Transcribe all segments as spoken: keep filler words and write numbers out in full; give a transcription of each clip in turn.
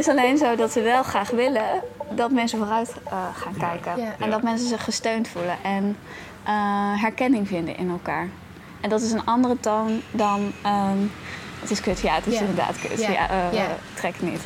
is alleen zo dat we wel graag willen dat mensen vooruit uh, gaan kijken. Ja. En ja. dat mensen zich gesteund voelen en uh, herkenning vinden in elkaar. En dat is een andere toon dan... Um, het is kut, ja, het is ja. inderdaad kut. Ja, ja, uh, ja. trek niet.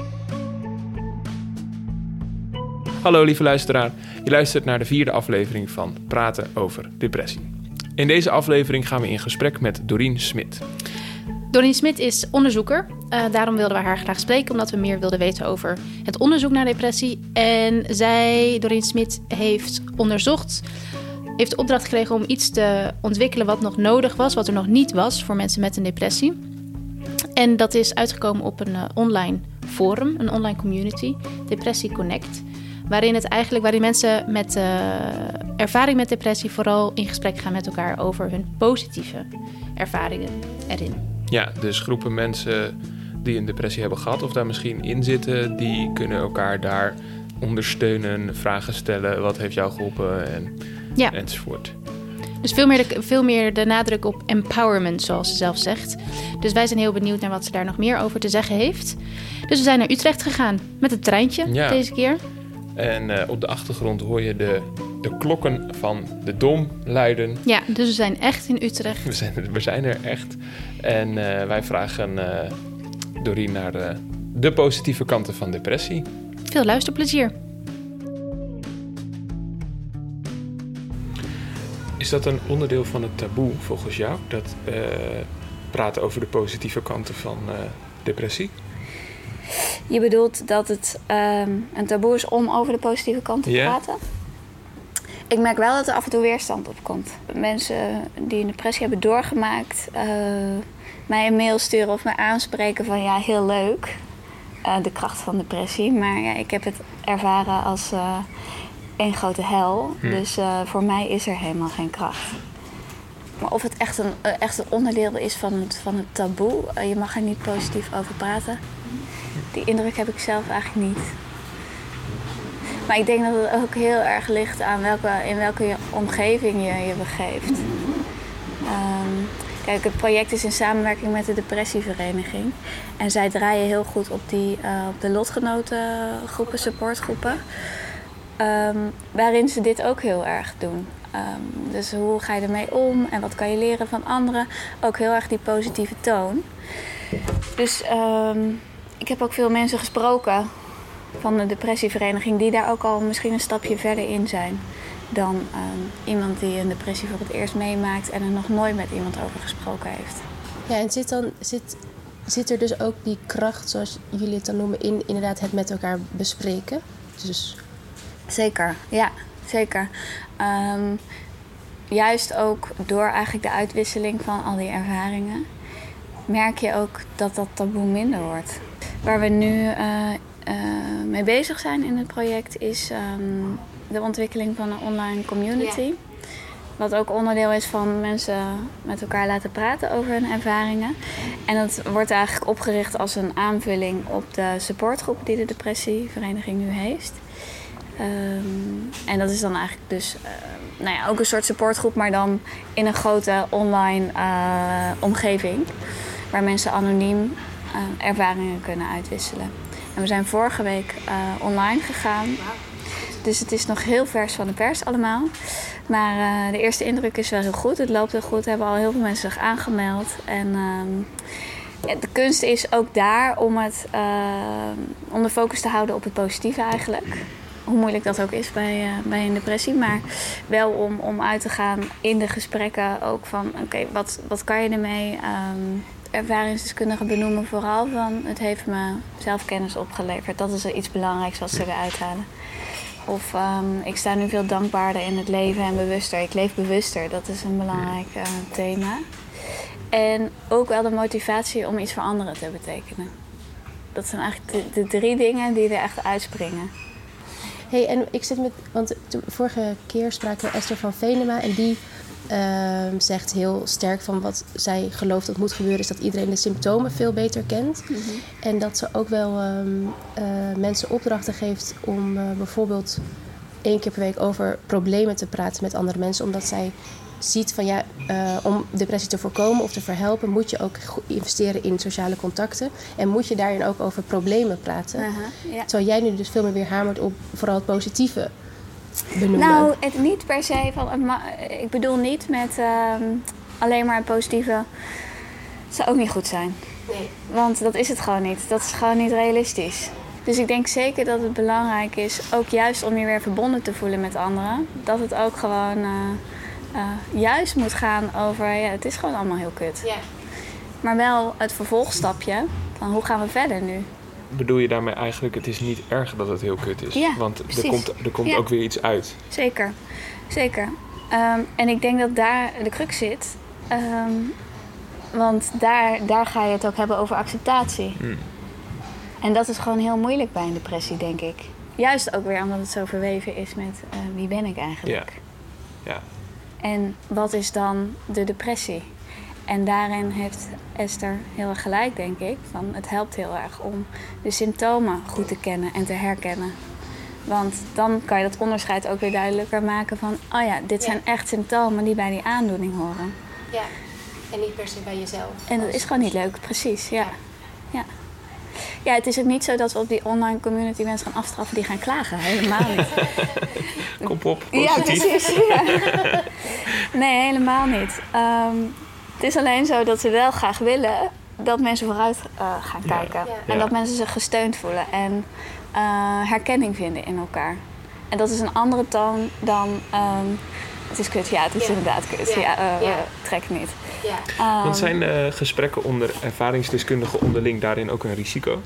Hallo lieve luisteraar, je luistert naar de vierde aflevering van Praten over Depressie. In deze aflevering gaan we in gesprek met Dorien Smit. Dorien Smit is onderzoeker. Uh, daarom wilden we haar graag spreken, omdat we meer wilden weten over het onderzoek naar depressie. En zij, Dorien Smit, heeft onderzocht, heeft de opdracht gekregen om iets te ontwikkelen wat nog nodig was, wat er nog niet was voor mensen met een depressie. En dat is uitgekomen op een uh, online forum, een online community, Depressie Connect. Waarin het eigenlijk, waarin mensen met uh, ervaring met depressie vooral in gesprek gaan met elkaar over hun positieve ervaringen erin. Ja, dus groepen mensen die een depressie hebben gehad of daar misschien in zitten, die kunnen elkaar daar ondersteunen, vragen stellen, wat heeft jou geholpen en, ja. enzovoort. Dus veel meer, de, veel meer de nadruk op empowerment, zoals ze zelf zegt. Dus wij zijn heel benieuwd naar wat ze daar nog meer over te zeggen heeft. Dus we zijn naar Utrecht gegaan met het treintje ja. deze keer. En uh, op de achtergrond hoor je de, de klokken van de Dom luiden. Ja, dus we zijn echt in Utrecht. We zijn, we zijn er echt. En uh, wij vragen uh, Dorien naar uh, de positieve kanten van depressie. Veel luisterplezier. Is dat een onderdeel van het taboe volgens jou? Dat uh, praten over de positieve kanten van uh, depressie? Je bedoelt dat het um, een taboe is om over de positieve kanten te yeah. praten? Ik merk wel dat er af en toe weerstand op komt. Mensen die een depressie hebben doorgemaakt, uh, mij een mail sturen of mij aanspreken van ja, heel leuk. Uh, de kracht van depressie. Maar ja, ik heb het ervaren als uh, één grote hel. Hm. Dus uh, voor mij is er helemaal geen kracht. Maar of het echt een, uh, echt een onderdeel is van het, van het taboe, uh, je mag er niet positief over praten. Die indruk heb ik zelf eigenlijk niet. Maar ik denk dat het ook heel erg ligt aan welke, in welke omgeving je je begeeft. Um, kijk, het project is in samenwerking met de Depressievereniging. En zij draaien heel goed op, die, uh, op de lotgenotengroepen, supportgroepen. Um, waarin ze dit ook heel erg doen. Um, dus hoe ga je ermee om en wat kan je leren van anderen? Ook heel erg die positieve toon. Dus um, ik heb ook veel mensen gesproken van de Depressievereniging die daar ook al misschien een stapje verder in zijn dan um, iemand die een depressie voor het eerst meemaakt en er nog nooit met iemand over gesproken heeft. Ja, en zit, dan, zit, zit er dus ook die kracht, zoals jullie het dan noemen, in inderdaad het met elkaar bespreken? Dus... Zeker, ja, zeker. Um, juist ook door eigenlijk de uitwisseling van al die ervaringen merk je ook dat dat taboe minder wordt. Waar we nu uh, uh, mee bezig zijn in het project is um, de ontwikkeling van een online community. Ja. Wat ook onderdeel is van mensen met elkaar laten praten over hun ervaringen. En dat wordt eigenlijk opgericht als een aanvulling op de supportgroep die de Depressievereniging nu heeft. Um, en dat is dan eigenlijk dus uh, nou ja, ook een soort supportgroep, maar dan in een grote online uh, omgeving. Waar mensen anoniem uh, ervaringen kunnen uitwisselen. En we zijn vorige week uh, online gegaan. Dus het is nog heel vers van de pers allemaal. Maar uh, de eerste indruk is wel heel goed. Het loopt heel goed. Er hebben al heel veel mensen zich aangemeld. En um, ja, de kunst is ook daar om, het, uh, om de focus te houden op het positieve eigenlijk. Hoe moeilijk dat ook is bij, uh, bij een depressie. Maar wel om, om uit te gaan in de gesprekken ook van oké, okay, wat, wat kan je ermee? Um, ervaringsdeskundigen benoemen vooral van het heeft me zelfkennis opgeleverd. Dat is er iets belangrijks wat ze eruit halen. Of um, ik sta nu veel dankbaarder in het leven en bewuster. Ik leef bewuster, dat is een belangrijk uh, thema. En ook wel de motivatie om iets voor anderen te betekenen. Dat zijn eigenlijk de, de drie dingen die er echt uitspringen. Hey, en ik zit met, want de vorige keer spraken we Esther van Venema en die uh, zegt heel sterk van wat zij gelooft dat moet gebeuren is dat iedereen de symptomen veel beter kent. Mm-hmm. En dat ze ook wel um, uh, mensen opdrachten geeft om uh, bijvoorbeeld één keer per week over problemen te praten met andere mensen, omdat zij ziet van ja, uh, om depressie te voorkomen of te verhelpen, moet je ook investeren in sociale contacten. En moet je daarin ook over problemen praten. Uh-huh, ja. Terwijl jij nu dus veel meer weer hamert op vooral het positieve benoemen. Nou, het niet per se van. Ik bedoel niet met uh, alleen maar het positieve. Het zou ook niet goed zijn. Nee. Want dat is het gewoon niet. Dat is gewoon niet realistisch. Dus ik denk zeker dat het belangrijk is, ook juist om je weer verbonden te voelen met anderen, dat het ook gewoon uh, uh, juist moet gaan over, ja, het is gewoon allemaal heel kut. Yeah. Maar wel het vervolgstapje van hoe gaan we verder nu? Bedoel je daarmee eigenlijk, het is niet erg dat het heel kut is? Ja, want precies. er komt, er komt ja. ook weer iets uit. Zeker, zeker. Um, en ik denk dat daar de crux zit. Um, want daar, daar ga je het ook hebben over acceptatie. Hmm. En dat is gewoon heel moeilijk bij een depressie, denk ik. Juist ook weer omdat het zo verweven is met uh, wie ben ik eigenlijk? Ja. Ja. En wat is dan de depressie? En daarin heeft Esther heel erg gelijk, denk ik. Van het helpt heel erg om de symptomen goed te kennen en te herkennen. Want dan kan je dat onderscheid ook weer duidelijker maken van, oh ja, dit zijn ja. echt symptomen die bij die aandoening horen. Ja, en niet per se bij jezelf. En dat is gewoon niet leuk, precies, ja. Ja. Ja, het is ook niet zo dat we op die online community mensen gaan afstraffen die gaan klagen. Helemaal niet. Kom op, positief. Ja, precies. Ja. Nee, helemaal niet. Um, het is alleen zo dat ze wel graag willen dat mensen vooruit uh, gaan kijken. Ja. En ja. dat mensen zich gesteund voelen en uh, herkenning vinden in elkaar. En dat is een andere toon dan um, het is kut. Ja, het is ja. inderdaad kut. Ja, ja uh, ja. trek niet. Ja. Um, Want zijn uh, gesprekken onder ervaringsdeskundigen onderling daarin ook een risico?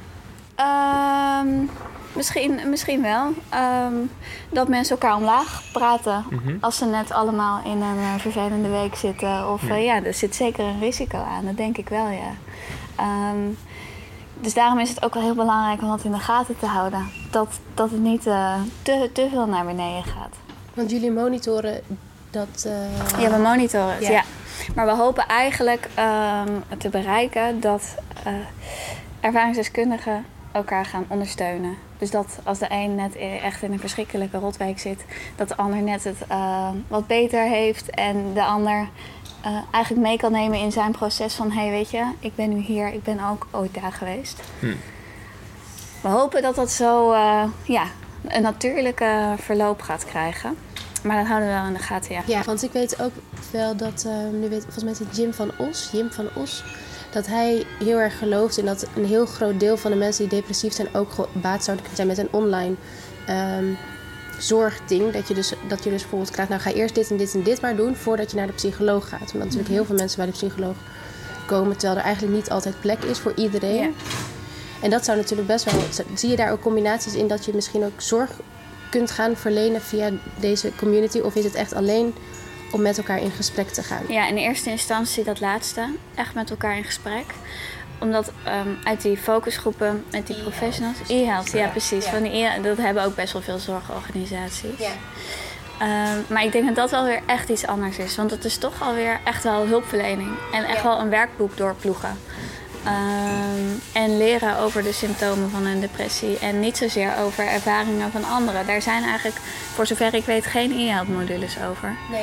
Um, misschien, misschien wel. Um, dat mensen elkaar omlaag praten mm-hmm. als ze net allemaal in een uh, vervelende week zitten. Of mm. uh, ja, er zit zeker een risico aan. Dat denk ik wel, ja. Um, dus daarom is het ook wel heel belangrijk om dat in de gaten te houden. Dat, dat het niet uh, te, te veel naar beneden gaat. Want jullie monitoren dat... Uh... Ja, we monitoren het, ja. ja. Maar we hopen eigenlijk um, te bereiken dat uh, ervaringsdeskundigen elkaar gaan ondersteunen. Dus dat als de een net echt in een verschrikkelijke rotweek zit, dat de ander net het uh, wat beter heeft en de ander uh, eigenlijk mee kan nemen in zijn proces van, hé, hey, weet je, ik ben nu hier, ik ben ook ooit daar geweest. Hm. We hopen dat dat zo uh, ja, een natuurlijke verloop gaat krijgen. Maar dat houden we wel in de gaten, ja. Ja, want ik weet ook wel dat, uh, nu weet volgens mij is het Jim van Os, Jim van Os, dat hij heel erg gelooft in dat een heel groot deel van de mensen die depressief zijn ook gebaat zouden kunnen zijn met een online um, zorgding. Dat je, dus, dat je dus bijvoorbeeld krijgt, nou ga eerst dit en dit en dit maar doen voordat je naar de psycholoog gaat. Omdat natuurlijk heel veel mensen bij de psycholoog komen, terwijl er eigenlijk niet altijd plek is voor iedereen. Ja. En dat zou natuurlijk best wel, zie je daar ook combinaties in dat je misschien ook zorg kunt gaan verlenen via deze community? Of is het echt alleen om met elkaar in gesprek te gaan? Ja, in eerste instantie dat laatste. Echt met elkaar in gesprek. Omdat um, uit die focusgroepen, uit die e-health. professionals... E-health, ja, ja precies. Ja. Van die e- dat hebben ook best wel veel zorgorganisaties. Ja. Um, maar ik denk dat dat wel weer echt iets anders is. Want het is toch alweer echt wel hulpverlening. En echt ja. wel een werkboek doorploegen. Um, en leren over de symptomen van een depressie. En niet zozeer over ervaringen van anderen. Daar zijn eigenlijk, voor zover ik weet, geen e-health modules over. Nee.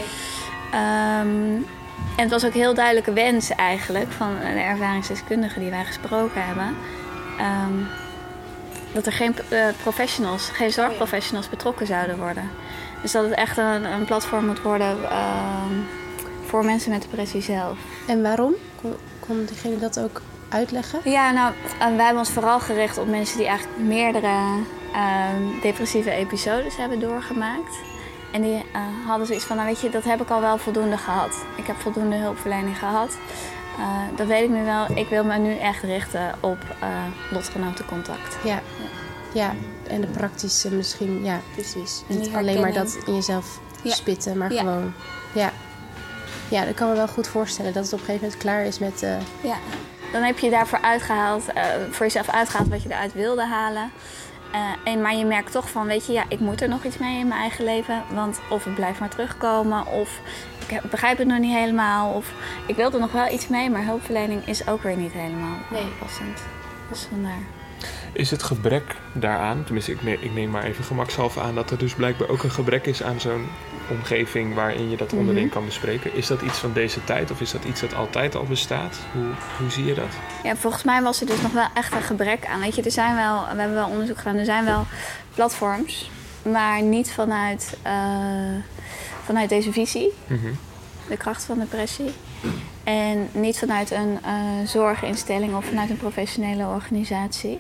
Um, en het was ook heel duidelijke wens eigenlijk van de ervaringsdeskundigen die wij gesproken hebben. Um, dat er geen uh, professionals, geen zorgprofessionals betrokken zouden worden. Dus dat het echt een, een platform moet worden uh, voor mensen met depressie zelf. En waarom? Kon, kon degene dat ook uitleggen? Ja, nou, wij hebben ons vooral gericht op mensen die eigenlijk meerdere uh, depressieve episodes hebben doorgemaakt. En die uh, hadden zoiets van, nou weet je, dat heb ik al wel voldoende gehad. Ik heb voldoende hulpverlening gehad. Uh, dat weet ik nu wel. Ik wil me nu echt richten op uh, lotgenotencontact. Ja. ja, en de praktische misschien, ja, precies. Niet alleen maar dat in jezelf ja. spitten, maar ja. gewoon, ja. Ja, dat kan me wel goed voorstellen dat het op een gegeven moment klaar is met... Uh... Ja, dan heb je daarvoor uitgehaald, uh, voor jezelf uitgehaald wat je eruit wilde halen. Uh, en, maar je merkt toch van, weet je, ja, ik moet er nog iets mee in mijn eigen leven. Want of het blijft maar terugkomen, of ik begrijp het nog niet helemaal. Of ik wil er nog wel iets mee, maar hulpverlening is ook weer niet helemaal nee. passend. Dus vandaar. Is het gebrek daaraan, tenminste ik neem, ik neem maar even gemakshalve aan... dat er dus blijkbaar ook een gebrek is aan zo'n omgeving... waarin je dat onderling kan bespreken. Is dat iets van deze tijd of is dat iets dat altijd al bestaat? Hoe, hoe zie je dat? Ja, volgens mij was er dus nog wel echt een gebrek aan. Weet je, er zijn wel, we hebben wel onderzoek gedaan, er zijn wel platforms... maar niet vanuit, uh, vanuit deze visie, Mm-hmm. de kracht van depressie... En niet vanuit een uh, zorginstelling of vanuit een professionele organisatie.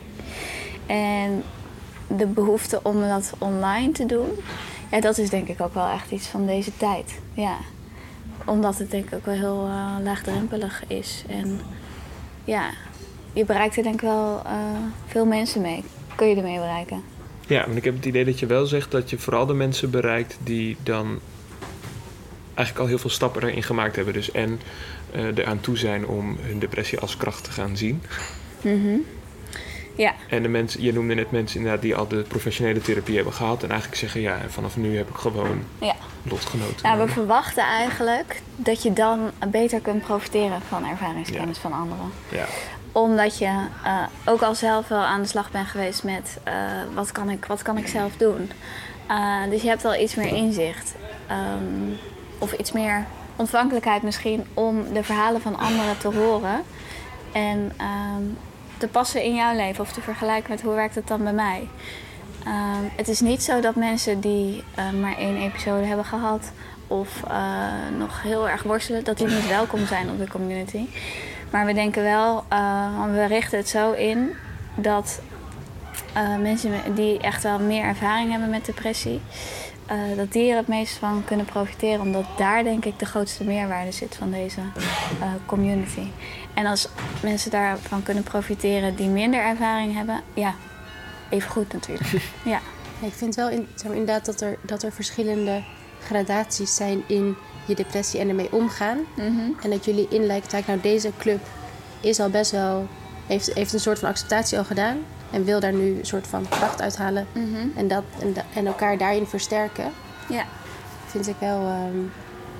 En de behoefte om dat online te doen... Ja, dat is denk ik ook wel echt iets van deze tijd. Ja. Omdat het denk ik ook wel heel uh, laagdrempelig is. En ja, je bereikt er denk ik wel uh, veel mensen mee. Kun je ermee bereiken. Ja, want ik heb het idee dat je wel zegt dat je vooral de mensen bereikt... die dan eigenlijk al heel veel stappen erin gemaakt hebben. Dus en uh, eraan toe zijn om hun depressie als kracht te gaan zien. Mm-hmm. Ja. En de mensen, je noemde net mensen inderdaad die al de professionele therapie hebben gehad. En eigenlijk zeggen, ja, vanaf nu heb ik gewoon ja. lotgenoten. Nou, we verwachten eigenlijk dat je dan beter kunt profiteren van ervaringskennis ja. van anderen. Ja. Omdat je uh, ook al zelf wel aan de slag bent geweest met uh, wat, kan ik, wat kan ik zelf doen. Uh, dus je hebt al iets meer inzicht. Um, of iets meer ontvankelijkheid misschien om de verhalen van anderen te horen. En um, te passen in jouw leven of te vergelijken met hoe werkt het dan bij mij. Um, het is niet zo dat mensen die uh, maar één episode hebben gehad of uh, nog heel erg worstelen, dat die niet welkom zijn op de community. Maar we denken wel, uh, we richten het zo in dat uh, mensen die echt wel meer ervaring hebben met depressie, uh, dat die er het meest van kunnen profiteren. Omdat daar denk ik de grootste meerwaarde zit van deze uh, community. En als mensen daarvan kunnen profiteren die minder ervaring hebben, ja, even goed natuurlijk. Ja. Ja, ik vind wel in, zeg maar, inderdaad dat er, dat er verschillende gradaties zijn in je depressie en ermee omgaan. Mm-hmm. En dat jullie inlijken, nou deze club is al best wel, heeft, heeft een soort van acceptatie al gedaan. En wil daar nu een soort van kracht uithalen. Mm-hmm. En, dat, en, en elkaar daarin versterken. Ja. Vind ik wel um,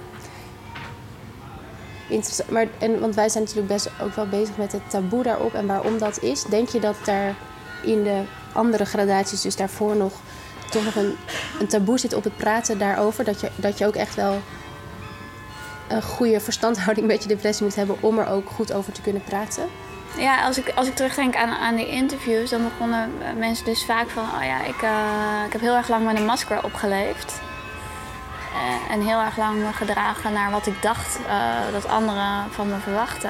interessant. Maar, en, want wij zijn natuurlijk best ook wel bezig met het taboe daarop. En waarom dat is. Denk je dat daar in de andere gradaties, dus daarvoor nog, toch nog een, een taboe zit op het praten daarover? Dat je, dat je ook echt wel een goede verstandhouding met je depressie moet hebben om er ook goed over te kunnen praten? Ja, als ik, als ik terugdenk aan, aan die interviews, dan begonnen mensen dus vaak van, oh ja, ik, uh, ik heb heel erg lang met een masker opgeleefd. Uh, en heel erg lang me gedragen naar wat ik dacht uh, dat anderen van me verwachten.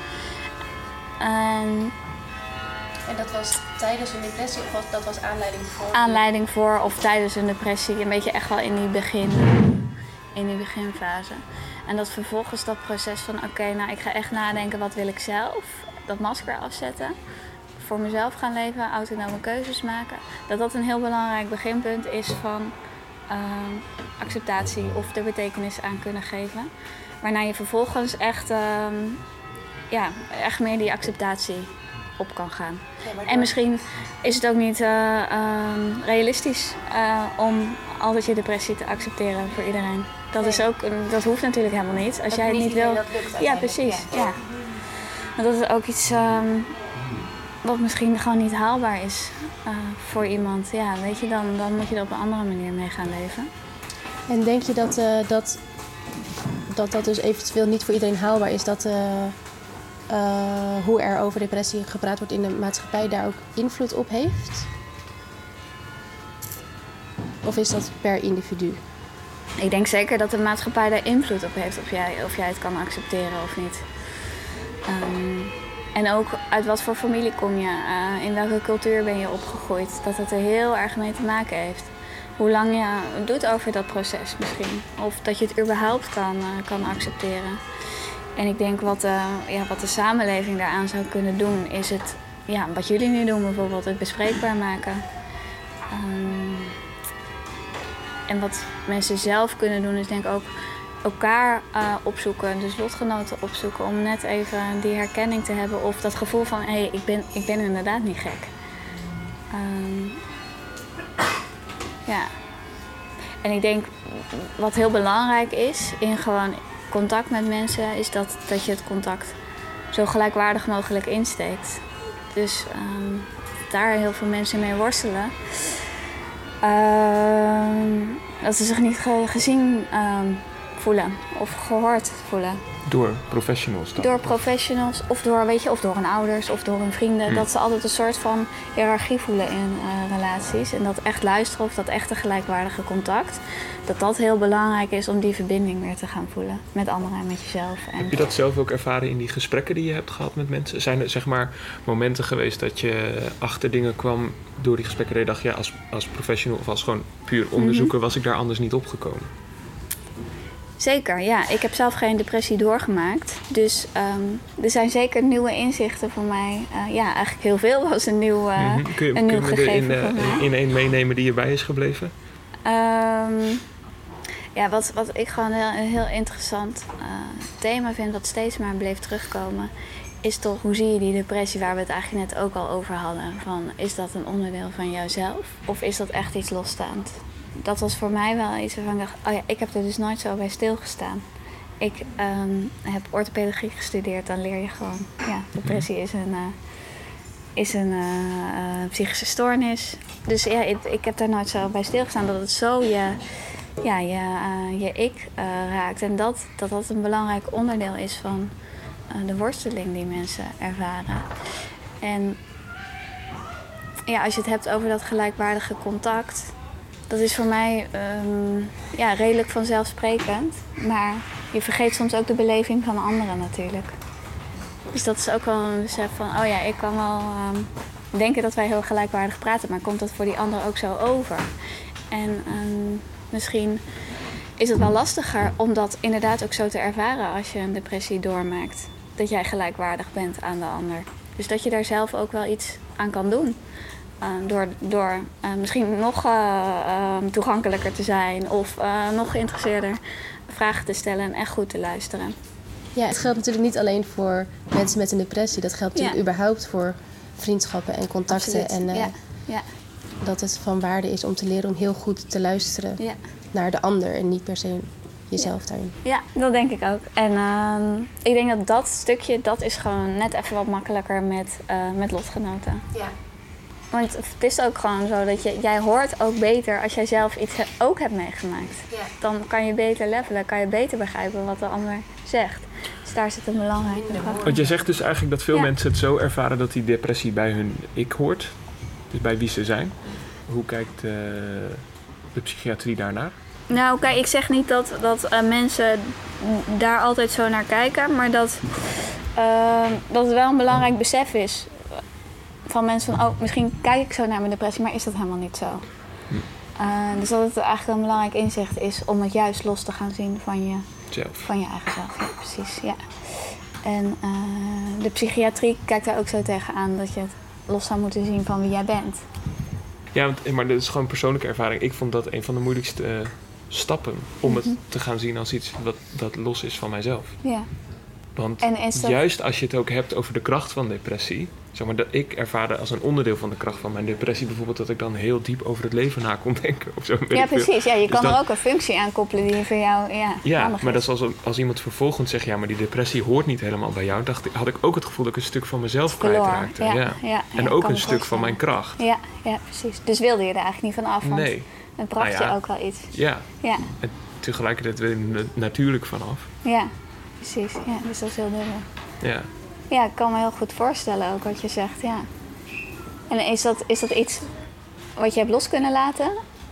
En, en dat was tijdens een depressie of was, dat was aanleiding voor? Aanleiding voor of tijdens een depressie, een beetje echt wel in die, begin, in die beginfase. En dat vervolgens dat proces van, oké, okay, nou ik ga echt nadenken, wat wil ik zelf? Dat masker afzetten, voor mezelf gaan leven, autonome keuzes maken. Dat dat een heel belangrijk beginpunt is van uh, acceptatie of er betekenis aan kunnen geven. Waarna je vervolgens echt, uh, ja, echt meer die acceptatie op kan gaan. Ja, en misschien is het ook niet uh, uh, realistisch uh, om altijd je depressie te accepteren voor iedereen. Dat, nee. is ook, dat hoeft natuurlijk helemaal niet. Als dat jij het niet wil. Ja, precies. Ja. Ja. Maar dat is ook iets um, wat misschien gewoon niet haalbaar is uh, voor iemand. Ja, weet je, dan, dan moet je er op een andere manier mee gaan leven. En denk je dat uh, dat, dat dat dus eventueel niet voor iedereen haalbaar is? Dat uh, uh, hoe er over depressie gepraat wordt in de maatschappij daar ook invloed op heeft? Of is dat per individu? Ik denk zeker dat de maatschappij daar invloed op heeft. Of jij, of jij het kan accepteren of niet. Um, en ook uit wat voor familie kom je, uh, in welke cultuur ben je opgegroeid. Dat het er heel erg mee te maken heeft. Hoe lang je doet over dat proces misschien. Of dat je het überhaupt kan, uh, kan accepteren. En ik denk wat, uh, ja, wat de samenleving daaraan zou kunnen doen, is het, ja, wat jullie nu doen bijvoorbeeld, het bespreekbaar maken. Um, en wat mensen zelf kunnen doen is denk ik ook elkaar uh, opzoeken, dus lotgenoten opzoeken, om net even die herkenning te hebben of dat gevoel van, hé, hey, ik, ben, ik ben inderdaad niet gek. Um, ja. En ik denk, wat heel belangrijk is in gewoon contact met mensen, is dat, dat je het contact zo gelijkwaardig mogelijk insteekt. Dus um, daar heel veel mensen mee worstelen. Uh, dat ze zich niet ge- gezien uh, voelen of gehoord voelen. Door professionals dan? Door professionals of door, weet je, of door hun ouders of door hun vrienden. Hmm. Dat ze altijd een soort van hiërarchie voelen in uh, relaties. En dat echt luisteren of dat echte gelijkwaardige contact. Dat dat heel belangrijk is om die verbinding weer te gaan voelen. Met anderen en met jezelf. En... Heb je dat zelf ook ervaren in die gesprekken die je hebt gehad met mensen? Zijn er zeg maar momenten geweest dat je achter dingen kwam door die gesprekken dat je dacht, ja, als, als professional of als gewoon puur onderzoeker mm-hmm. was ik daar anders niet opgekomen? Zeker, ja. Ik heb zelf geen depressie doorgemaakt. Dus um, er zijn zeker nieuwe inzichten voor mij. Uh, ja, eigenlijk heel veel was een nieuw, uh, mm-hmm. kun je, een nieuw kun je gegeven er in, voor uh, mij. in één meenemen die erbij is gebleven? Um, ja, wat, wat ik gewoon heel, een heel interessant uh, thema vind, wat steeds maar bleef terugkomen, is toch hoe zie je die depressie waar we het eigenlijk net ook al over hadden. Van, is dat een onderdeel van jouzelf of is dat echt iets losstaand? Dat was voor mij wel iets waarvan ik dacht, oh ja, ik heb er dus nooit zo bij stilgestaan. Ik um, heb orthopedagogie gestudeerd, dan leer je gewoon, ja, depressie is een, uh, is een uh, uh, psychische stoornis. Dus ja, ik, ik heb daar nooit zo bij stilgestaan dat het zo je, ja, je, uh, je ik uh, raakt. En dat, dat dat een belangrijk onderdeel is van uh, de worsteling die mensen ervaren. En ja, als je het hebt over dat gelijkwaardige contact, dat is voor mij um, ja, redelijk vanzelfsprekend. Maar je vergeet soms ook de beleving van anderen natuurlijk. Dus dat is ook wel een besef van, oh ja, ik kan wel um, denken dat wij heel gelijkwaardig praten, maar komt dat voor die ander ook zo over? En um, misschien is het wel lastiger om dat inderdaad ook zo te ervaren als je een depressie doormaakt. Dat jij gelijkwaardig bent aan de ander. Dus dat je daar zelf ook wel iets aan kan doen. Uh, door door uh, misschien nog uh, uh, toegankelijker te zijn of uh, nog geïnteresseerder vragen te stellen en echt goed te luisteren. Ja, het geldt natuurlijk niet alleen voor mensen met een depressie. Dat geldt natuurlijk ja. überhaupt voor vriendschappen en contacten. Absoluut. En uh, ja. Ja. dat het van waarde is om te leren om heel goed te luisteren ja. naar de ander en niet per se jezelf ja. daarin. Ja, dat denk ik ook. En uh, ik denk dat dat stukje, dat is gewoon net even wat makkelijker met, uh, met lotgenoten. Ja. Want het is ook gewoon zo dat je, jij hoort ook beter als jij zelf iets he, ook hebt meegemaakt. Ja. Dan kan je beter levelen, kan je beter begrijpen wat de ander zegt. Dus daar zit een belangrijke vraag. Want je zegt dus eigenlijk dat veel ja. mensen het zo ervaren dat die depressie bij hun ik hoort. Dus bij wie ze zijn. Hoe kijkt uh, de psychiatrie daarnaar? Nou, kijk, ik zeg niet dat, dat uh, mensen daar altijd zo naar kijken. Maar dat, uh, dat het wel een belangrijk besef is. Van mensen van, oh, misschien kijk ik zo naar mijn depressie, maar is dat helemaal niet zo. Uh, dus dat het eigenlijk een belangrijk inzicht is om het juist los te gaan zien van je, zelf. Van je eigen zelf. Ja, precies, ja. En uh, de psychiatrie kijkt daar ook zo tegenaan dat je het los zou moeten zien van wie jij bent. Ja, want, maar dat is gewoon een persoonlijke ervaring. Ik vond dat een van de moeilijkste uh, stappen om mm-hmm. het te gaan zien als iets wat, dat los is van mijzelf. Ja. Want en is dat... juist als je het ook hebt over de kracht van depressie, zeg maar, dat ik ervaarde als een onderdeel van de kracht van mijn depressie bijvoorbeeld dat ik dan heel diep over het leven na kon denken. Of zo, ja, precies. Ja, je dus kan dan... er ook een functie aan koppelen die voor jou ja, ja, maar dat is als, als iemand vervolgens zegt, ja, maar die depressie hoort niet helemaal bij jou, dacht ik, had ik ook het gevoel dat ik een stuk van mezelf kwijtraakte. Ja, ja. Ja, en ja, ook een stuk van mijn kracht. Ja, ja, precies. Dus wilde je er eigenlijk niet van af, want nee. het bracht nou ja, je ook wel iets. Ja. ja. En tegelijkertijd wil je er natuurlijk vanaf. Ja, precies. Ja, dus dat is heel dubbel. Ja. Ja, ik kan me heel goed voorstellen ook wat je zegt, ja. En is dat, is dat iets wat je hebt los kunnen laten?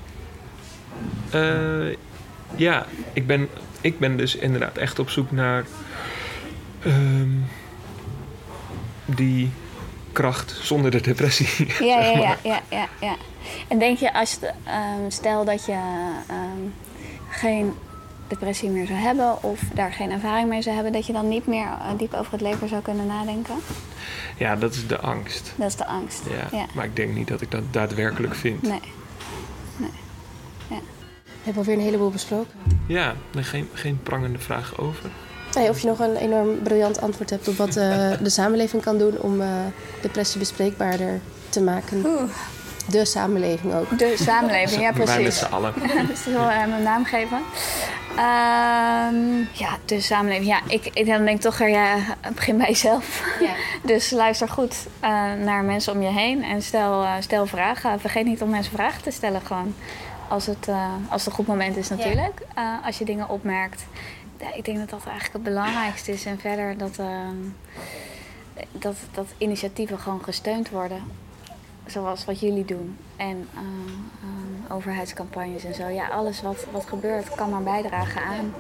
Uh, ja, ik ben, ik ben dus inderdaad echt op zoek naar um, die kracht zonder de depressie. Ja, ja, zeg maar. ja, ja, ja, ja. En denk je, als je, um, stel dat je um, geen depressie meer zou hebben of daar geen ervaring mee zou hebben, dat je dan niet meer uh, diep over het leven zou kunnen nadenken? Ja, dat is de angst. Dat is de angst, ja. ja. Maar ik denk niet dat ik dat daadwerkelijk vind. Nee. nee. Ja. We hebben alweer een heleboel besproken. Ja, nee, geen, geen prangende vraag over. Nee, of je nog een enorm briljant antwoord hebt op wat uh, de samenleving kan doen om uh, depressie bespreekbaarder te maken. Oeh. De samenleving ook. De samenleving, ja precies. Wij met z'n allen. Ja, dus dat wil hem een naam geven. Um, ja, de samenleving. Ja, ik, ik dan denk toch, ja, begin bij jezelf. Ja. Dus luister goed uh, naar mensen om je heen en stel, uh, stel vragen. Vergeet niet om mensen vragen te stellen gewoon. Als het, uh, als het een goed moment is natuurlijk. Uh, als je dingen opmerkt. Ja, ik denk dat dat eigenlijk het belangrijkste is. En verder dat, uh, dat, dat initiatieven gewoon gesteund worden. Zoals wat jullie doen. En uh, uh, overheidscampagnes en zo. Ja, alles wat, wat gebeurt kan maar bijdragen aan.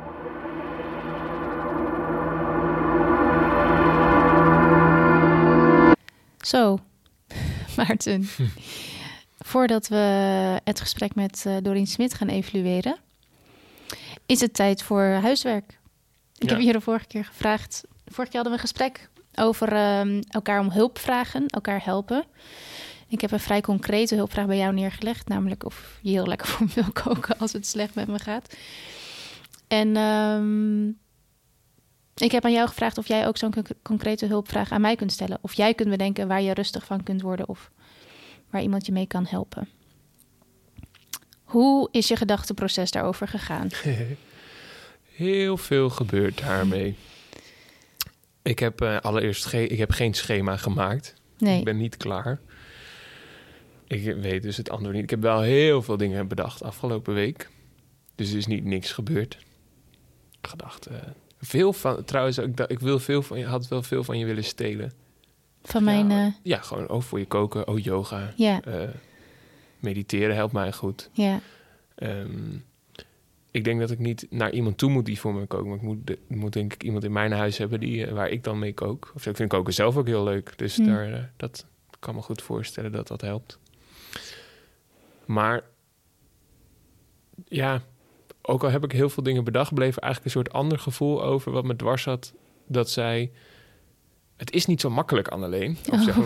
Zo, Maarten. Hm. Voordat we het gesprek met uh, Dorien Smit gaan evalueren, is het tijd voor huiswerk. Ik ja. heb je de vorige keer gevraagd. Vorige keer hadden we een gesprek over um, elkaar om hulp vragen, elkaar helpen. Ik heb een vrij concrete hulpvraag bij jou neergelegd, namelijk of je heel lekker voor me wil koken als het slecht met me gaat. En um, ik heb aan jou gevraagd of jij ook zo'n c- concrete hulpvraag aan mij kunt stellen. Of jij kunt bedenken waar je rustig van kunt worden of waar iemand je mee kan helpen. Hoe is je gedachteproces daarover gegaan? Heel veel gebeurt daarmee. Ik heb uh, allereerst ge- ik heb geen schema gemaakt. Nee. Ik ben niet klaar. Ik weet dus het antwoord niet. Ik heb wel heel veel dingen bedacht afgelopen week. Dus er is niet niks gebeurd. Gedacht. Uh, veel van. Trouwens, ik, dacht, ik wil veel van je. Had wel veel van je willen stelen. Van mijn. Ja, uh... ja gewoon ook voor je koken. Oh, yoga. Ja. Uh, mediteren helpt mij goed. Ja. Um, ik denk dat ik niet naar iemand toe moet die voor me kookt. Maar ik moet, de, moet denk ik iemand in mijn huis hebben die, uh, waar ik dan mee kook. Of ik vind koken zelf ook heel leuk. Dus hm. daar, uh, dat kan me goed voorstellen dat dat helpt. Maar ja, ook al heb ik heel veel dingen bedacht, bleef eigenlijk een soort ander gevoel over wat me dwars zat. Dat zij, het is niet zo makkelijk Anneleen. Of oh. zo.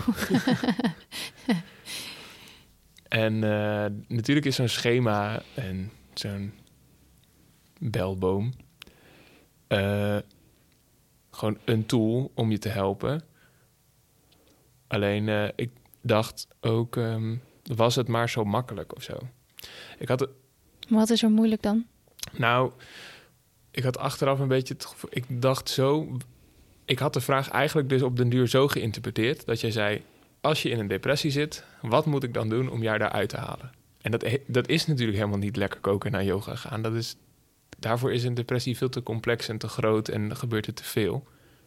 En uh, natuurlijk is zo'n schema en zo'n belboom uh, gewoon een tool om je te helpen. Alleen uh, ik dacht ook, um, was het maar zo makkelijk of zo. Ik had het... Wat is er moeilijk dan? Nou, ik had achteraf een beetje het gevoel, ik dacht zo, ik had de vraag eigenlijk dus op den duur zo geïnterpreteerd dat jij zei, als je in een depressie zit, wat moet ik dan doen om jou daaruit te halen? En dat, dat is natuurlijk helemaal niet lekker koken naar yoga gaan. Dat is, daarvoor is een depressie veel te complex en te groot en gebeurt er te veel.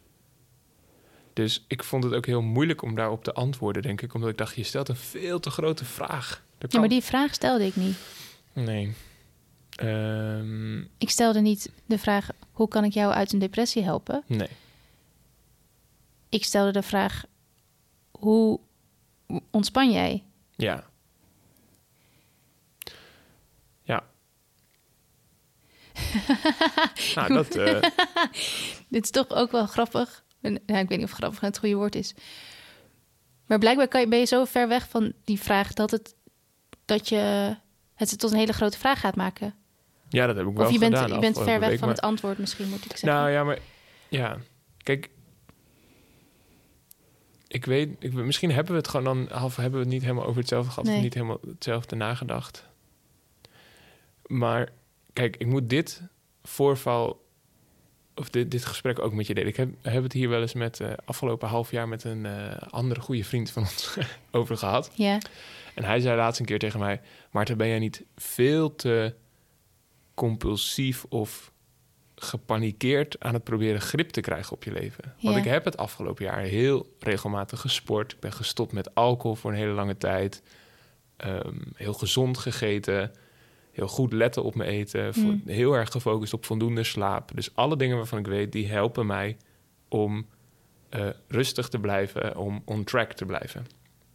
Dus ik vond het ook heel moeilijk om daarop te antwoorden, denk ik. Omdat ik dacht, je stelt een veel te grote vraag. Ja, maar die vraag stelde ik niet. Nee. Um... Ik stelde niet de vraag, hoe kan ik jou uit een depressie helpen? Nee. Ik stelde de vraag, hoe ontspan jij? Ja. Ja. nou, dat... Uh... Dit is toch ook wel grappig. Nou, ik weet niet of grappig het goede woord is. Maar blijkbaar kan je, ben je zo ver weg van die vraag dat het, dat je het tot een hele grote vraag gaat maken. Ja, dat heb ik wel of je bent, gedaan. je bent ver weg week, van maar... het antwoord misschien, moet ik zeggen. Nou ja, maar... Ja, kijk... Ik weet... Ik, misschien hebben we het gewoon dan... Half hebben we het niet helemaal over hetzelfde gehad. Nee. Of niet helemaal hetzelfde nagedacht. Maar... Kijk, ik moet dit voorval... Of dit, dit gesprek ook met je delen. Ik heb, heb het hier wel eens met... Uh, afgelopen half jaar met een uh, andere goede vriend van ons over gehad. Ja. En hij zei laatst een keer tegen mij... Maarten, ben jij niet veel te compulsief of gepanikeerd aan het proberen grip te krijgen op je leven? Want ja. ik heb het afgelopen jaar heel regelmatig gesport. Ik ben gestopt met alcohol voor een hele lange tijd. Um, heel gezond gegeten. Heel goed letten op mijn eten. Mm. Heel erg gefocust op voldoende slaap. Dus alle dingen waarvan ik weet, die helpen mij om uh, rustig te blijven, om on track te blijven.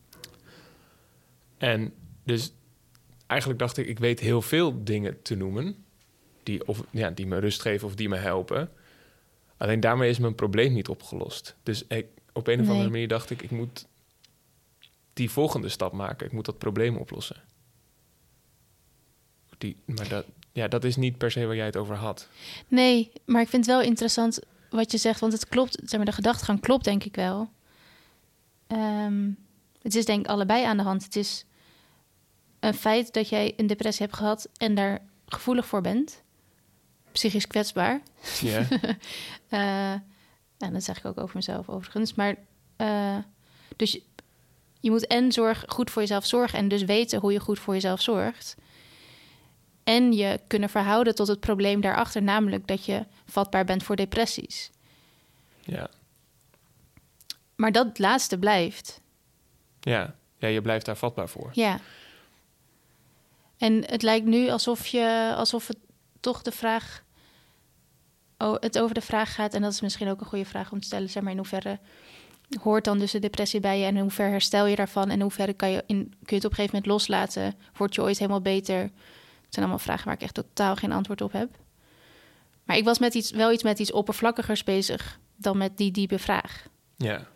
En dus eigenlijk dacht ik, ik weet heel veel dingen te noemen die, of, ja, die me rust geven of die me helpen. Alleen daarmee is mijn probleem niet opgelost. Dus ik, op een nee. of andere manier dacht ik, ik moet die volgende stap maken. Ik moet dat probleem oplossen. Die, maar dat, ja, dat is niet per se waar jij het over had. Nee, maar ik vind het wel interessant wat je zegt, want het klopt, zeg maar, de gedachtegang klopt denk ik wel. Um, het is denk ik allebei aan de hand. Het is een feit dat jij een depressie hebt gehad en daar gevoelig voor bent. psychisch kwetsbaar. Ja. uh, en dat zeg ik ook over mezelf overigens. Maar uh, dus je, je moet en zorg, goed voor jezelf zorgen... en dus weten hoe je goed voor jezelf zorgt. En je kunnen verhouden tot het probleem daarachter... namelijk dat je vatbaar bent voor depressies. Ja. Maar dat laatste blijft. Ja. Ja, je blijft daar vatbaar voor. Ja. En het lijkt nu alsof je, alsof het toch de vraag, oh, het over de vraag gaat, en dat is misschien ook een goede vraag om te stellen, zeg maar, in hoeverre hoort dan dus de depressie bij je en in hoeverre herstel je daarvan en in hoeverre kan je, in, kun je het op een gegeven moment loslaten? Word je ooit helemaal beter? Het zijn allemaal vragen waar ik echt totaal geen antwoord op heb. Maar ik was met iets, wel iets met iets oppervlakkigers bezig dan met die diepe vraag. Ja.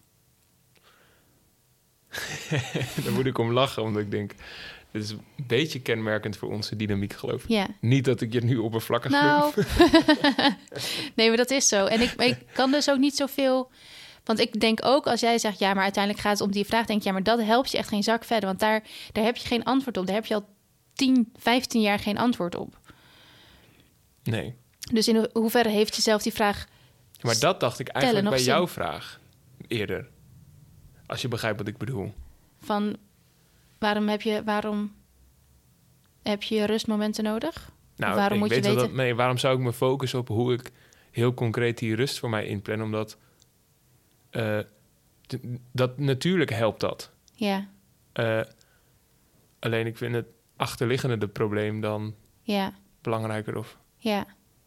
Daar moet ik om lachen, omdat ik denk... dit is een beetje kenmerkend voor onze dynamiek, geloof ik. Ja. Niet dat ik je nu oppervlakkig nou, noem. nee, maar dat is zo. En ik, ik kan dus ook niet zoveel... Want ik denk ook, als jij zegt... ja, maar uiteindelijk gaat het om die vraag... denk ik, ja, maar dat helpt je echt geen zak verder. Want daar, daar heb je geen antwoord op. Daar heb je al tien, vijftien jaar geen antwoord op. Nee. Dus in ho- hoeverre heeft jezelf die vraag... Maar dat dacht ik eigenlijk bij zin? jouw vraag eerder. Als je begrijpt wat ik bedoel. Van, waarom heb je, waarom heb je rustmomenten nodig? Nou, waarom ik moet weet je wel weten... dat, nee, waarom zou ik me focussen op hoe ik heel concreet die rust voor mij inplan? Omdat uh, t- dat natuurlijk helpt dat. Ja. Uh, alleen ik vind het achterliggende de probleem dan ja. belangrijker. Of ja.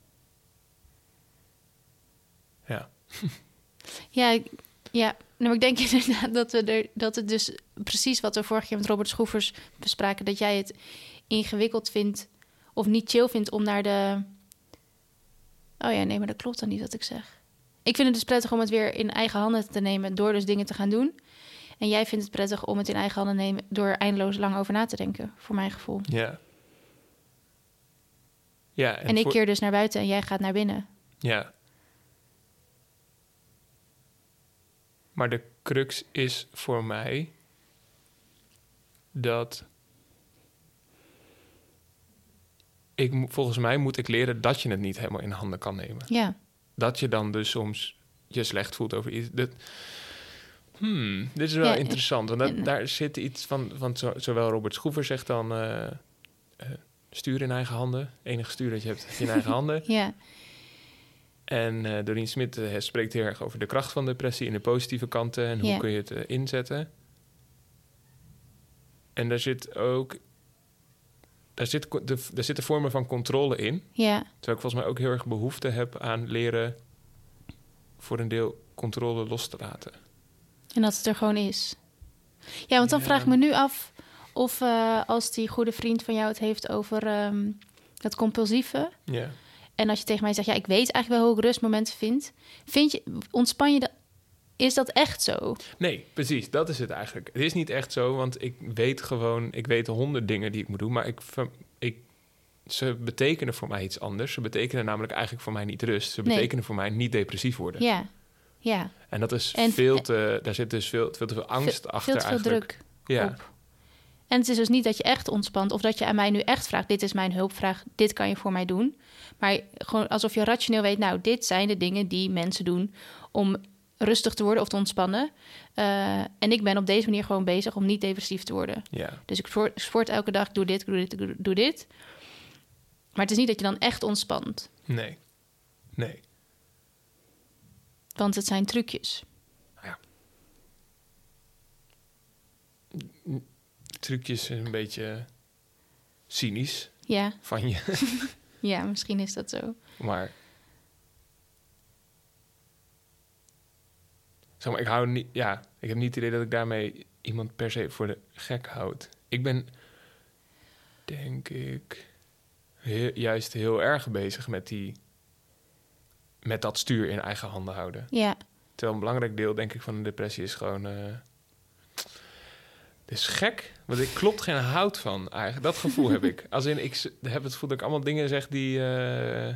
Ja. ja, ik, ja. Nou, ik denk inderdaad dat, we er, dat het dus precies wat we vorige keer met Robert Schroevers bespraken... dat jij het ingewikkeld vindt of niet chill vindt om naar de... Oh ja, nee, maar dat klopt dan niet wat ik zeg. Ik vind het dus prettig om het weer in eigen handen te nemen... door dus dingen te gaan doen. En jij vindt het prettig om het in eigen handen te nemen... door eindeloos lang over na te denken, voor mijn gevoel. Ja. Ja, en en ik voor... keer dus naar buiten en jij gaat naar binnen. Ja. Maar de crux is voor mij dat ik volgens mij moet ik leren dat je het niet helemaal in handen kan nemen. Ja. Dat je dan dus soms je slecht voelt over iets. Dat, hmm, dit is wel ja, interessant, want dat, en, daar zit iets van, van zo, zowel Robert Schroever zegt dan uh, uh, stuur in eigen handen. Enige stuur dat je hebt in eigen handen. Ja. En uh, Doreen Smit uh, spreekt heel erg over de kracht van depressie en de positieve kanten en hoe yeah. kun je het uh, inzetten. En daar zit ook, daar, zit de, daar zitten vormen van controle in. Yeah. Terwijl ik volgens mij ook heel erg behoefte heb aan leren voor een deel controle los te laten. En dat het er gewoon is. Ja, want dan ja. vraag ik me nu af of uh, als die goede vriend van jou het heeft over um, dat compulsieve... Ja. En als je tegen mij zegt, ja, ik weet eigenlijk wel hoe ik rustmomenten vind. Vind je, ontspan je dat? Is dat echt zo? Nee, precies. Dat is het eigenlijk. Het is niet echt zo, want ik weet gewoon, ik weet honderd dingen die ik moet doen, maar ik, ik, ze betekenen voor mij iets anders. Ze betekenen namelijk eigenlijk voor mij niet rust. Ze betekenen nee. voor mij niet depressief worden. Ja, ja. En dat is en, veel te, daar zit dus veel, veel te veel angst veel, achter veel te veel eigenlijk. druk ja. op. En het is dus niet dat je echt ontspant of dat je aan mij nu echt vraagt, dit is mijn hulpvraag, dit kan je voor mij doen. Maar gewoon alsof je rationeel weet, nou, dit zijn de dingen die mensen doen om rustig te worden of te ontspannen. Uh, en ik ben op deze manier gewoon bezig om niet depressief te worden. Ja. Dus ik sport, sport elke dag, doe dit, ik doe dit, ik doe dit. Maar het is niet dat je dan echt ontspant. Nee, nee. Want het zijn trucjes. Ja. Trucjes is een beetje cynisch ja. van je. Ja, misschien is dat zo. Maar, zeg maar, ik hou niet, ja, ik heb niet het idee dat ik daarmee iemand per se voor de gek houd. Ik ben, denk ik, heel, juist heel erg bezig met die, met dat stuur in eigen handen houden. Ja. Terwijl een belangrijk deel, denk ik, van een depressie is gewoon, uh, het is gek, want ik klopt geen hout van eigenlijk. Dat gevoel heb ik. Als in, ik heb het gevoel dat ik allemaal dingen zeg die uh,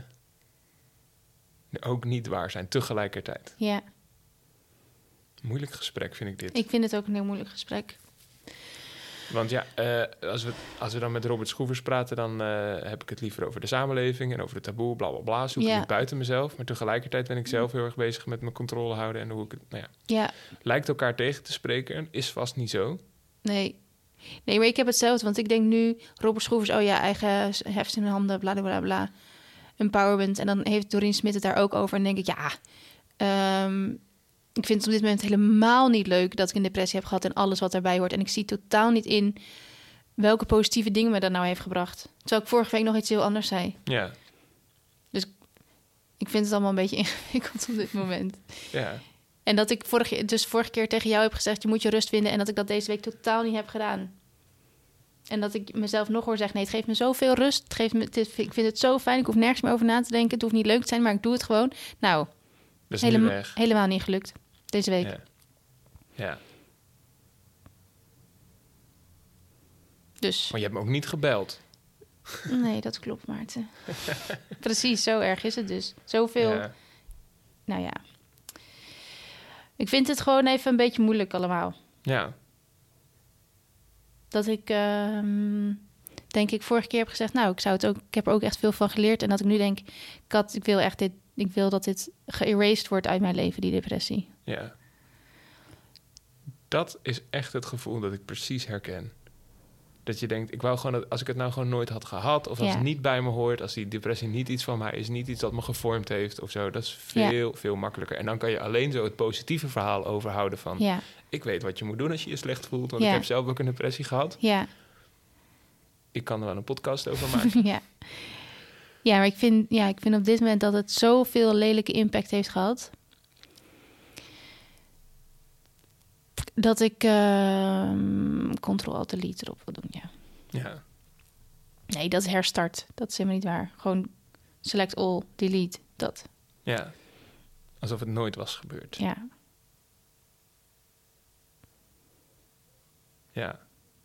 ook niet waar zijn, tegelijkertijd. Ja. Moeilijk gesprek vind ik dit. Ik vind het ook een heel moeilijk gesprek. Want ja, uh, als, we, als we dan met Robert Schroevers praten... dan uh, heb ik het liever over de samenleving... en over de taboe, bla, bla, bla. Zoek ja. ik buiten mezelf. Maar tegelijkertijd ben ik zelf heel erg bezig... met mijn controle houden en hoe ik het... Nou ja, ja. lijkt elkaar tegen te spreken. Is vast niet zo. Nee. Nee, maar ik heb hetzelfde. Want ik denk nu... Robert Schroevers, oh ja, eigen heft in de handen... bla, bla, bla, bla. Empowerment. En dan heeft Doreen Smit het daar ook over. En dan denk ik, ja... Um, ik vind het op dit moment helemaal niet leuk dat ik een depressie heb gehad en alles wat daarbij hoort. En ik zie totaal niet in welke positieve dingen me dat nou heeft gebracht. Terwijl ik vorige week nog iets heel anders zei. Ja. Dus ik vind het allemaal een beetje ingewikkeld op dit moment. Ja. En dat ik vorige, dus vorige keer tegen jou heb gezegd, je moet je rust vinden. En dat ik dat deze week totaal niet heb gedaan. En dat ik mezelf nog hoor zeggen, nee, het geeft me zoveel rust. Het geeft me, het is, ik vind het zo fijn, ik hoef nergens meer over na te denken. Het hoeft niet leuk te zijn, maar ik doe het gewoon. Nou, dat is helemaal, nu weg. helemaal niet gelukt. Deze week. Ja. ja. Dus. Maar je hebt me ook niet gebeld. Nee, dat klopt, Maarten. Precies, zo erg is het dus. Zoveel. Ja. Nou ja. Ik vind het gewoon even een beetje moeilijk allemaal. Ja. Dat ik, uh, denk ik, vorige keer heb gezegd... nou, ik, zou het ook, ik heb er ook echt veel van geleerd. En dat ik nu denk, ik, had, ik wil echt dit... Ik wil dat dit geërased wordt uit mijn leven, die depressie. Ja. Dat is echt het gevoel dat ik precies herken. Dat je denkt, ik wou gewoon dat als ik het nou gewoon nooit had gehad... of als ja. het niet bij me hoort, als die depressie niet iets van mij is... niet iets dat me gevormd heeft of zo, dat is veel, ja. veel makkelijker. En dan kan je alleen zo het positieve verhaal overhouden van... Ja. ik weet wat je moet doen als je je slecht voelt... want ja. ik heb zelf ook een depressie gehad. Ja. Ik kan er wel een podcast over maken. ja. Ja, maar ik vind, ja, ik vind op dit moment dat het zoveel lelijke impact heeft gehad... dat ik uh, Ctrl-Alt-Delete erop wil doen, ja. Ja. Nee, dat is herstart. Dat is helemaal niet waar. Gewoon select all, delete, dat. Ja, alsof het nooit was gebeurd. Ja. Ja.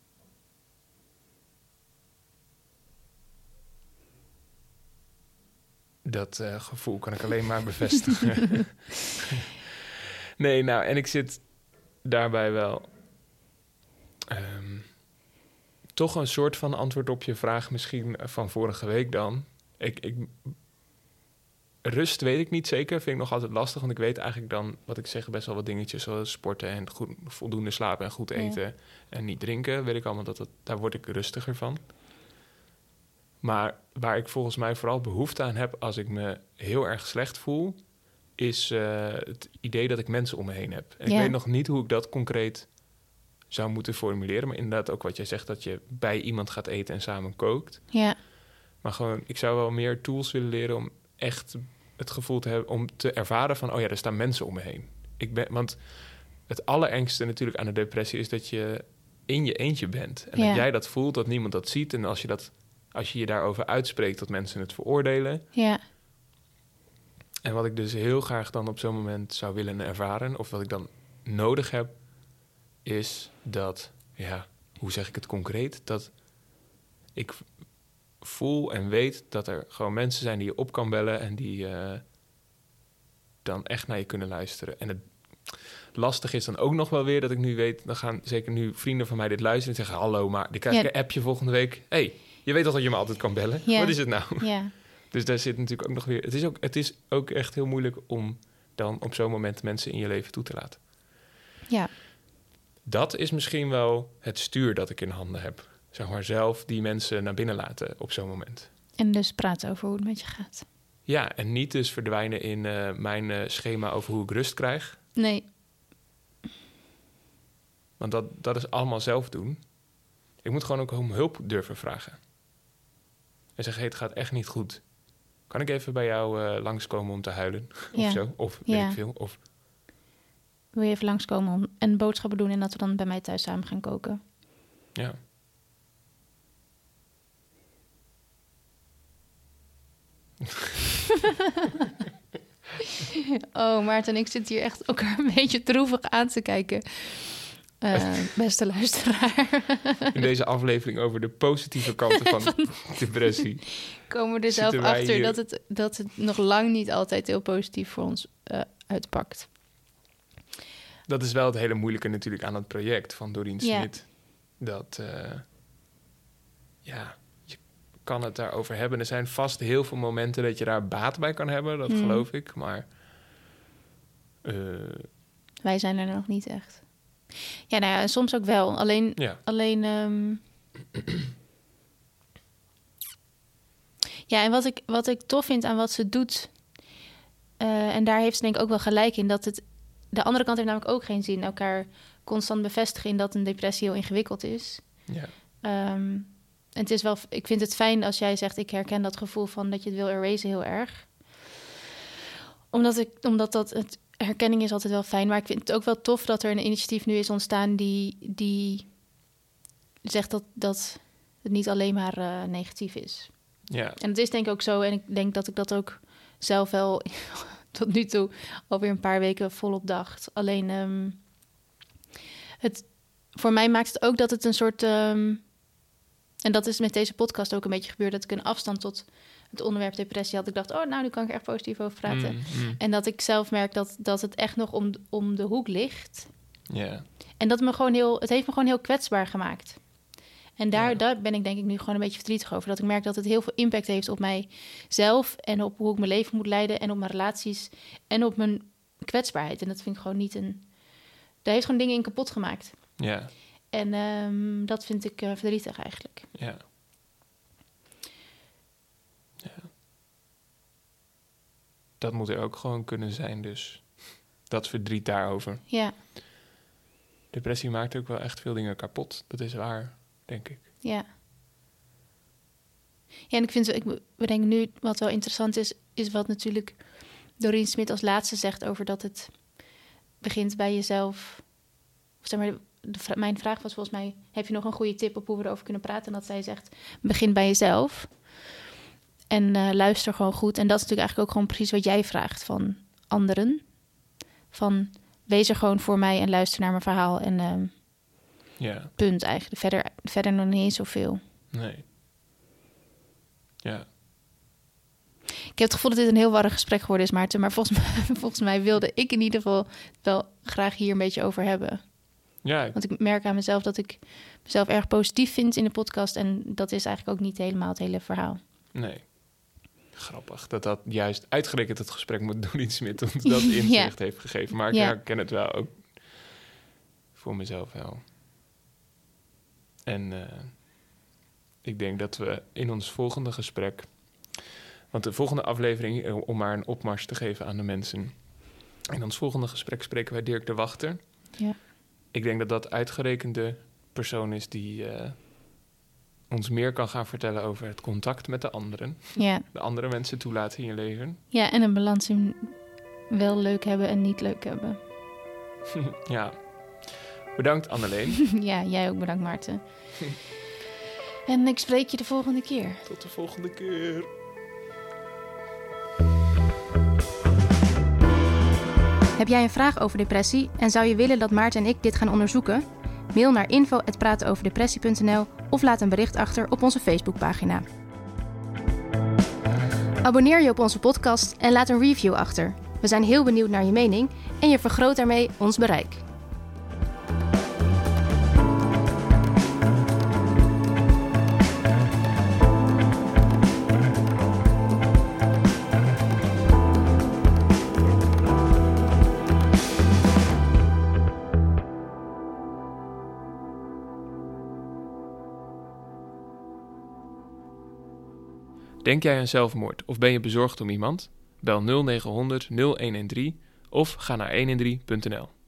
Dat uh, gevoel kan ik alleen maar bevestigen. Nee, nou, en ik zit daarbij wel... Um, toch een soort van antwoord op je vraag misschien van vorige week dan. Ik, ik, rust weet ik niet zeker, vind ik nog altijd lastig... want ik weet eigenlijk dan, wat ik zeg, best wel wat dingetjes... zoals sporten en goed, voldoende slapen en goed eten ja. en niet drinken. Weet ik allemaal, dat, dat, daar word ik rustiger van. Maar waar ik volgens mij vooral behoefte aan heb... als ik me heel erg slecht voel... is uh, het idee dat ik mensen om me heen heb. En ja. ik weet nog niet hoe ik dat concreet zou moeten formuleren... maar inderdaad ook wat jij zegt... dat je bij iemand gaat eten en samen kookt. Ja. Maar gewoon, ik zou wel meer tools willen leren... om echt het gevoel te hebben... om te ervaren van, oh ja, er staan mensen om me heen. Ik ben, want het allerengste natuurlijk aan de depressie... is dat je in je eentje bent. En ja. dat jij dat voelt, dat niemand dat ziet. En als je, dat, als je je daarover uitspreekt... dat mensen het veroordelen... Ja. En wat ik dus heel graag dan op zo'n moment zou willen ervaren... of wat ik dan nodig heb... is dat, ja, hoe zeg ik het concreet? Dat ik voel en weet dat er gewoon mensen zijn... die je op kan bellen en die uh, dan echt naar je kunnen luisteren. En het lastig is dan ook nog wel weer dat ik nu weet... dan gaan zeker nu vrienden van mij dit luisteren en zeggen... hallo, maar die krijg ik ja. een appje volgende week. hey, je weet toch dat je me altijd kan bellen? Ja. Wat is het nou? Ja. Dus daar zit natuurlijk ook nog weer... Het is ook, het is ook echt heel moeilijk om dan op zo'n moment mensen in je leven toe te laten. Ja. Dat is misschien wel het stuur dat ik in handen heb. Zeg maar zelf die mensen naar binnen laten op zo'n moment. En dus praten over hoe het met je gaat. Ja, en niet dus verdwijnen in uh, mijn uh, schema over hoe ik rust krijg. Nee. Want dat, dat is allemaal zelf doen. Ik moet gewoon ook om hulp durven vragen. En zeggen, hey, het gaat echt niet goed. Kan ik even bij jou uh, langskomen om te huilen? Ja. Of zo? Of weet ja. ik veel? Of... Wil je even langskomen om en boodschappen doen... en dat we dan bij mij thuis samen gaan koken? Ja. Oh, Maarten en ik zitten hier echt elkaar een beetje droevig aan te kijken. Uh, beste luisteraar. In deze aflevering over de positieve kanten van, van depressie. Komen we er zelf achter hier... dat, het, dat het nog lang niet altijd heel positief voor ons uh, uitpakt. Dat is wel het hele moeilijke natuurlijk aan het project van Doreen Smit. dat, uh, ja, je kan het daarover hebben. Er zijn vast heel veel momenten dat je daar baat bij kan hebben, dat mm. geloof ik. Maar uh, wij zijn er nog niet echt. Ja, nou ja, soms ook wel. Alleen, ja. alleen um... ja, en wat ik, wat ik tof vind aan wat ze doet, uh, en daar heeft ze denk ik ook wel gelijk in, dat het de andere kant heeft namelijk ook geen zin. Elkaar constant bevestigen in dat een depressie heel ingewikkeld is. Ja. Um, en het is wel, ik vind het fijn als jij zegt, ik herken dat gevoel van dat je het wil erasen heel erg. Omdat, ik, omdat dat het herkenning is altijd wel fijn. Maar ik vind het ook wel tof dat er een initiatief nu is ontstaan die, die zegt dat, dat het niet alleen maar uh, negatief is. Ja. En het is denk ik ook zo. En ik denk dat ik dat ook zelf wel tot nu toe alweer een paar weken volop dacht. Alleen um, het, voor mij maakt het ook dat het een soort Um, en dat is met deze podcast ook een beetje gebeurd, dat ik een afstand tot het onderwerp depressie had. Ik dacht, oh, nou, nu kan ik er echt positief over praten. Mm, mm. En dat ik zelf merk dat, dat het echt nog om, om de hoek ligt. Ja. Yeah. En dat me gewoon heel, het heeft me gewoon heel kwetsbaar gemaakt. En daar, ja. daar ben ik denk ik nu gewoon een beetje verdrietig over. Dat ik merk dat het heel veel impact heeft op mijzelf en op hoe ik mijn leven moet leiden en op mijn relaties en op mijn kwetsbaarheid. En dat vind ik gewoon niet een... Daar heeft gewoon dingen in kapot gemaakt. Ja. Yeah. En um, dat vind ik uh, verdrietig eigenlijk. Ja. Ja. Dat moet er ook gewoon kunnen zijn, dus. Dat verdriet daarover. Ja. Depressie maakt ook wel echt veel dingen kapot. Dat is waar, denk ik. Ja. Ja, en ik vind, ik bedenk nu, wat wel interessant is, is wat natuurlijk Doreen Smit als laatste zegt over dat het begint bij jezelf. Of zeg maar, de, mijn vraag was volgens mij, heb je nog een goede tip op hoe we erover kunnen praten? En dat zij zegt, begin bij jezelf. En uh, luister gewoon goed. En dat is natuurlijk eigenlijk ook gewoon precies wat jij vraagt van anderen. Van, wees er gewoon voor mij en luister naar mijn verhaal. En uh, ja. punt eigenlijk. Verder, verder nog niet eens zoveel. Nee. Ja. Ik heb het gevoel dat dit een heel warrig gesprek geworden is, Maarten. Maar volgens mij, volgens mij wilde ik in ieder geval wel graag hier een beetje over hebben. Ja. Ik... Want ik merk aan mezelf dat ik mezelf erg positief vind in de podcast. En dat is eigenlijk ook niet helemaal het hele verhaal. Nee. Grappig dat dat juist uitgerekend het gesprek met Doreen Smit ons dat inzicht ja. heeft gegeven. Maar ik ja. herken het wel ook voor mezelf wel. En uh, ik denk dat we in ons volgende gesprek... Want de volgende aflevering, om maar een opmars te geven aan de mensen... In ons volgende gesprek spreken wij Dirk de Wachter. Ja. Ik denk dat dat uitgerekend de persoon is die... Uh, ons meer kan gaan vertellen over het contact met de anderen. Ja. De andere mensen toelaten in je leven. Ja, en een balans in wel leuk hebben en niet leuk hebben. Ja. Bedankt, Anneleen. Ja, jij ook bedankt, Maarten. En ik spreek je de volgende keer. Tot de volgende keer. Heb jij een vraag over depressie en zou je willen dat Maarten en ik dit gaan onderzoeken? Mail naar info at pratenoverdepressie punt n l of laat een bericht achter op onze Facebookpagina. Abonneer je op onze podcast en laat een review achter. We zijn heel benieuwd naar je mening en je vergroot daarmee ons bereik. Denk jij aan zelfmoord of ben je bezorgd om iemand? Bel nul negen honderd nul een een drie of ga naar honderddertien punt n l.